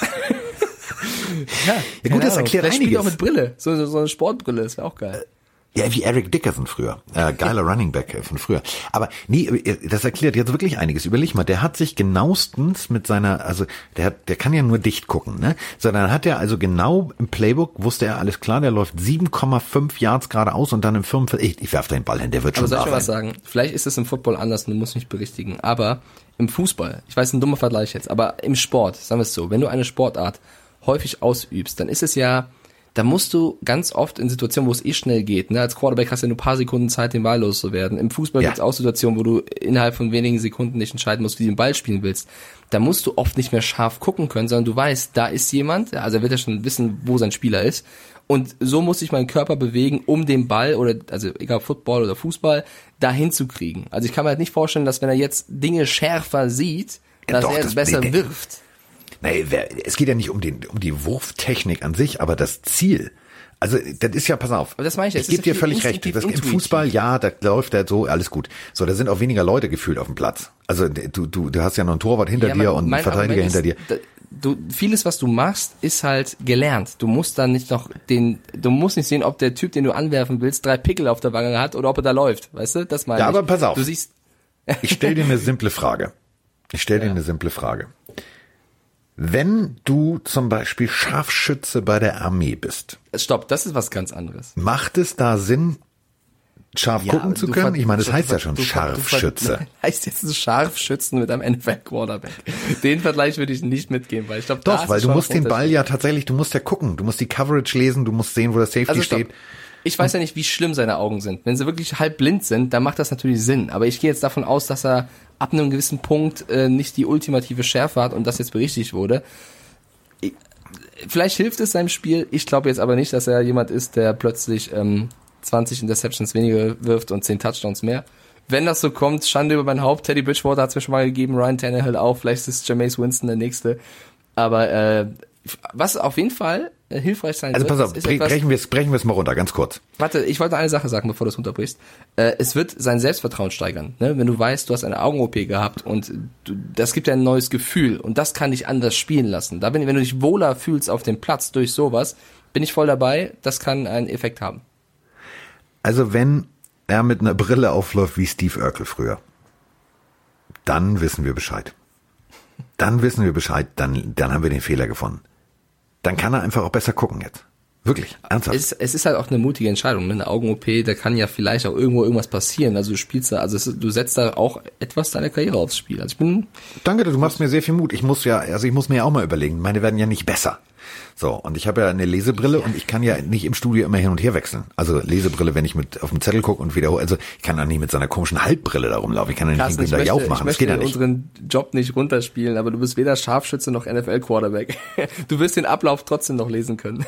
Ja gut, das erklärt einiges. Spielt auch mit Brille, so eine Sportbrille, das wäre auch geil. Ja, wie Eric Dickerson früher. Geiler Running Back von früher. Aber nee, das erklärt jetzt wirklich einiges. Überleg mal, der hat sich genauestens mit seiner, also der kann ja nur dicht gucken, ne? Sondern hat er also genau im Playbook, wusste er, alles klar, der läuft 7,5 Yards geradeaus und dann im 45, ich werf da den Ball hin, der wird schon da sein. Aber soll ich mal was sagen? Vielleicht ist es im Football anders und du musst mich berichtigen, aber im Fußball, ich weiß, ein dummer Vergleich jetzt, aber im Sport, sagen wir es so, wenn du eine Sportart häufig ausübst, dann ist es ja, da musst du ganz oft in Situationen, wo es schnell geht, ne, als Quarterback hast du ja nur ein paar Sekunden Zeit, den Ball loszuwerden. Im Fußball gibt es auch Situationen, wo du innerhalb von wenigen Sekunden nicht entscheiden musst, wie du den Ball spielen willst. Da musst du oft nicht mehr scharf gucken können, sondern du weißt, da ist jemand, also er wird ja schon wissen, wo sein Spieler ist. Und so muss sich mein Körper bewegen, um den Ball oder, also egal Football oder Fußball, da hinzukriegen. Also ich kann mir halt nicht vorstellen, dass wenn er jetzt Dinge schärfer sieht, dass er es besser wirft. Nee, es geht ja nicht um die Wurftechnik an sich, aber das Ziel. Also das ist ja, pass auf, aber das meine ich gebe dir völlig recht. Im Fußball, ja, da läuft der so, alles gut. So, da sind auch weniger Leute gefühlt auf dem Platz. Also du hast ja noch einen Torwart hinter dir und einen Verteidiger hinter dir. vieles, was du machst, ist halt gelernt. Du musst dann nicht du musst nicht sehen, ob der Typ, den du anwerfen willst, 3 Pickel auf der Wange hat oder ob er da läuft. Weißt du? Das meine ich. Ja, aber pass auf. Du siehst. Ich stell dir eine simple Frage. Wenn du zum Beispiel Scharfschütze bei der Armee bist. Stopp, das ist was ganz anderes. Macht es da Sinn, scharf gucken zu können? Ich meine, das heißt ja schon Scharfschütze. Heißt jetzt ein Scharfschützen mit einem NFL-Quarterback. Den Vergleich würde ich nicht mitgeben, weil ich glaube, doch, weil du musst den Ball ja tatsächlich, du musst ja gucken, du musst die Coverage lesen, du musst sehen, wo das Safety steht. Ich weiß ja nicht, wie schlimm seine Augen sind. Wenn sie wirklich halb blind sind, dann macht das natürlich Sinn. Aber ich gehe jetzt davon aus, dass er ab einem gewissen Punkt nicht die ultimative Schärfe hat und das jetzt berichtigt wurde. Vielleicht hilft es seinem Spiel. Ich glaube jetzt aber nicht, dass er jemand ist, der plötzlich 20 Interceptions weniger wirft und 10 Touchdowns mehr. Wenn das so kommt, Schande über mein Haupt. Teddy Bridgewater hat es mir schon mal gegeben, Ryan Tannehill auch. Vielleicht ist Jameis Winston der Nächste. Aber was auf jeden Fall hilfreich sein wird. Also pass auf, brechen wir es mal runter, ganz kurz. Warte, ich wollte eine Sache sagen, bevor du es unterbrichst. Es wird sein Selbstvertrauen steigern, ne? Wenn du weißt, du hast eine Augen-OP gehabt und das gibt dir ein neues Gefühl und das kann dich anders spielen lassen. Wenn du dich wohler fühlst auf dem Platz durch sowas, bin ich voll dabei, das kann einen Effekt haben. Also wenn er mit einer Brille aufläuft wie Steve Urkel früher, dann wissen wir Bescheid. Dann haben wir den Fehler gefunden. Dann kann er einfach auch besser gucken jetzt. Wirklich, ernsthaft. Es ist halt auch eine mutige Entscheidung. Mit einer Augen-OP, da kann ja vielleicht auch irgendwas passieren. Also du spielst da, du setzt da auch etwas deiner Karriere aufs Spiel. Also Danke, du machst mir sehr viel Mut. Ich muss mir ja auch mal überlegen, meine werden ja nicht besser. So, und ich habe ja eine Lesebrille und ich kann ja nicht im Studio immer hin und her wechseln. Also Lesebrille, wenn ich mit auf dem Zettel gucke und wiederhole, also ich kann auch nicht mit so einer komischen Halbbrille da rumlaufen. Ich kann ja nicht den Günther Jauch machen, das geht ja nicht. Ich möchte unseren Job nicht runterspielen, aber du bist weder Scharfschütze noch NFL-Quarterback. Du wirst den Ablauf trotzdem noch lesen können.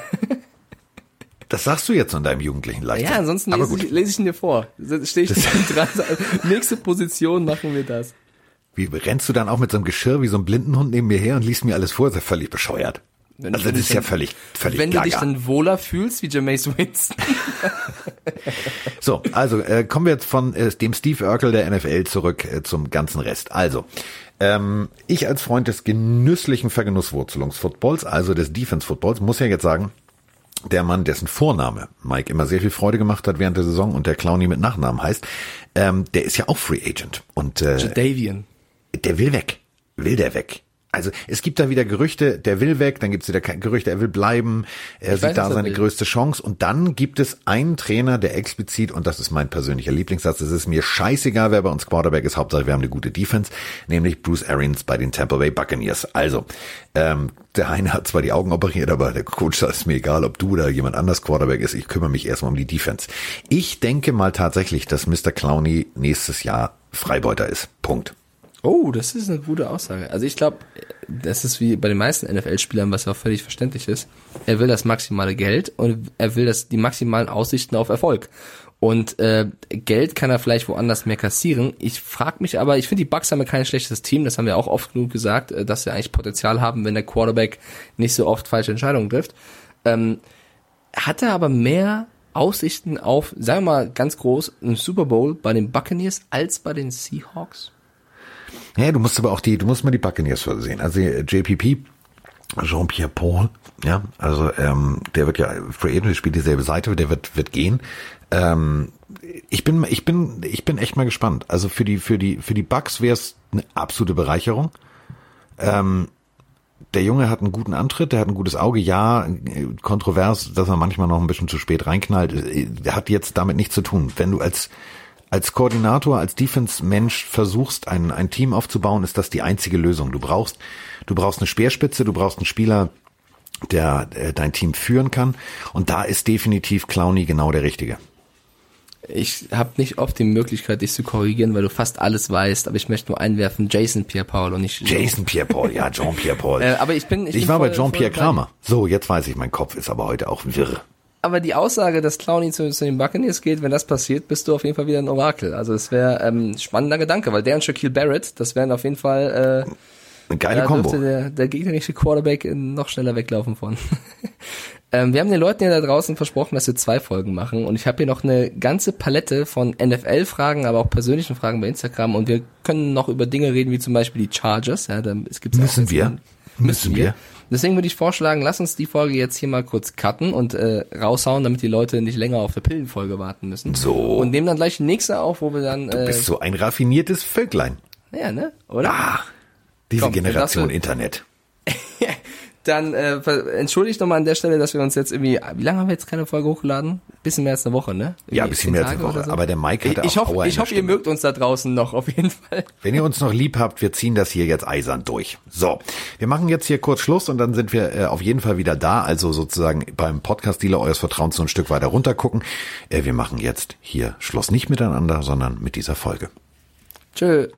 Das sagst du jetzt an deinem jugendlichen Leichtsinn. Ja, ansonsten lese ich ihn dir vor. Stehe ich dran. Nächste Position machen wir das. Wie rennst du dann auch mit so einem Geschirr wie so ein Blindenhund neben mir her und liest mir alles vor? Das ist ja völlig bescheuert. Also das ist ja völlig wenn gaga. Du dich dann wohler fühlst wie Jameis Winston. So, also kommen wir jetzt von dem Steve Urkel der NFL zurück zum ganzen Rest. Also, ich als Freund des genüsslichen Vergenusswurzelungsfootballs, also des Defense-Footballs, muss ja jetzt sagen, der Mann, dessen Vorname Mike immer sehr viel Freude gemacht hat während der Saison und der Clowny mit Nachnamen heißt, der ist ja auch Free Agent. Und Jadavian. Der will weg. Will der weg? Also es gibt da wieder Gerüchte, der will weg, dann gibt es wieder Gerüchte, er will bleiben, er sieht da seine größte Chance und dann gibt es einen Trainer, der explizit, und das ist mein persönlicher Lieblingssatz, es ist mir scheißegal, wer bei uns Quarterback ist, Hauptsache wir haben eine gute Defense, nämlich Bruce Arians bei den Tampa Bay Buccaneers. Also, der eine hat zwar die Augen operiert, aber der Coach sagt, ist mir egal, ob du oder jemand anders Quarterback ist, ich kümmere mich erstmal um die Defense. Ich denke mal tatsächlich, dass Mr. Clowney nächstes Jahr Freibeuter ist. Punkt. Oh, das ist eine gute Aussage. Also ich glaube, das ist wie bei den meisten NFL-Spielern, was ja auch völlig verständlich ist. Er will das maximale Geld und er will die maximalen Aussichten auf Erfolg. Und Geld kann er vielleicht woanders mehr kassieren. Ich frage mich aber, ich finde, die Bucks haben ja kein schlechtes Team. Das haben wir auch oft genug gesagt, dass sie eigentlich Potenzial haben, wenn der Quarterback nicht so oft falsche Entscheidungen trifft. Hat er aber mehr Aussichten auf, sagen wir mal ganz groß, einen Super Bowl bei den Buccaneers als bei den Seahawks? Ja, du musst mal die Buccaneers sehen. Also JPP, Jean-Pierre Paul, ja, also der wird ja Free Agent, spielt dieselbe Seite, der wird gehen. Ich bin echt mal gespannt. Also für die Bucks wäre es eine absolute Bereicherung. Der Junge hat einen guten Antritt, der hat ein gutes Auge, ja, kontrovers, dass er manchmal noch ein bisschen zu spät reinknallt, hat jetzt damit nichts zu tun. Wenn du als Koordinator, als Defense-Mensch versuchst, ein Team aufzubauen, ist das die einzige Lösung. Du brauchst eine Speerspitze, du brauchst einen Spieler, der dein Team führen kann. Und da ist definitiv Clowney genau der Richtige. Ich habe nicht oft die Möglichkeit, dich zu korrigieren, weil du fast alles weißt, aber ich möchte nur einwerfen, Jason Pierre-Paul und nicht Jason Pierre-Paul, ja, Jean Pierre-Paul. Aber ich war bei Jean-Pierre Kramer. So, jetzt weiß ich, mein Kopf ist aber heute auch wirr. Aber die Aussage, dass Clowney zu den Buccaneers geht, wenn das passiert, bist du auf jeden Fall wieder ein Orakel. Also es wäre ein spannender Gedanke, weil der und Shaquille Barrett, das wären auf jeden Fall eine geile Kombo. Der gegnerische Quarterback noch schneller weglaufen von. Wir haben den Leuten ja da draußen versprochen, dass wir 2 Folgen machen und ich habe hier noch eine ganze Palette von NFL-Fragen, aber auch persönlichen Fragen bei Instagram und wir können noch über Dinge reden, wie zum Beispiel die Chargers. Ja, Müssen wir? Müssen wir? Deswegen würde ich vorschlagen, lass uns die Folge jetzt hier mal kurz cutten und raushauen, damit die Leute nicht länger auf der Pillenfolge warten müssen. So. Und nehmen dann gleich die nächste auf, wo wir dann... Du bist so ein raffiniertes Völklein. Ja, ne? Oder? Ah, diese Komm, Generation das Internet. Dann entschuldigt nochmal an der Stelle, dass wir uns jetzt irgendwie... Wie lange haben wir jetzt keine Folge hochgeladen? Bisschen mehr als eine Woche, ne? Ja, ein bisschen mehr als eine Woche. So. Aber der Mike hatte auch Power. Ich hoffe, ihr mögt uns da draußen noch, auf jeden Fall. Wenn ihr uns noch lieb habt, wir ziehen das hier jetzt eisern durch. So, wir machen jetzt hier kurz Schluss und dann sind wir auf jeden Fall wieder da. Also sozusagen beim Podcast-Dealer eures Vertrauens so ein Stück weiter runtergucken. Wir machen jetzt hier Schluss nicht miteinander, sondern mit dieser Folge. Tschö.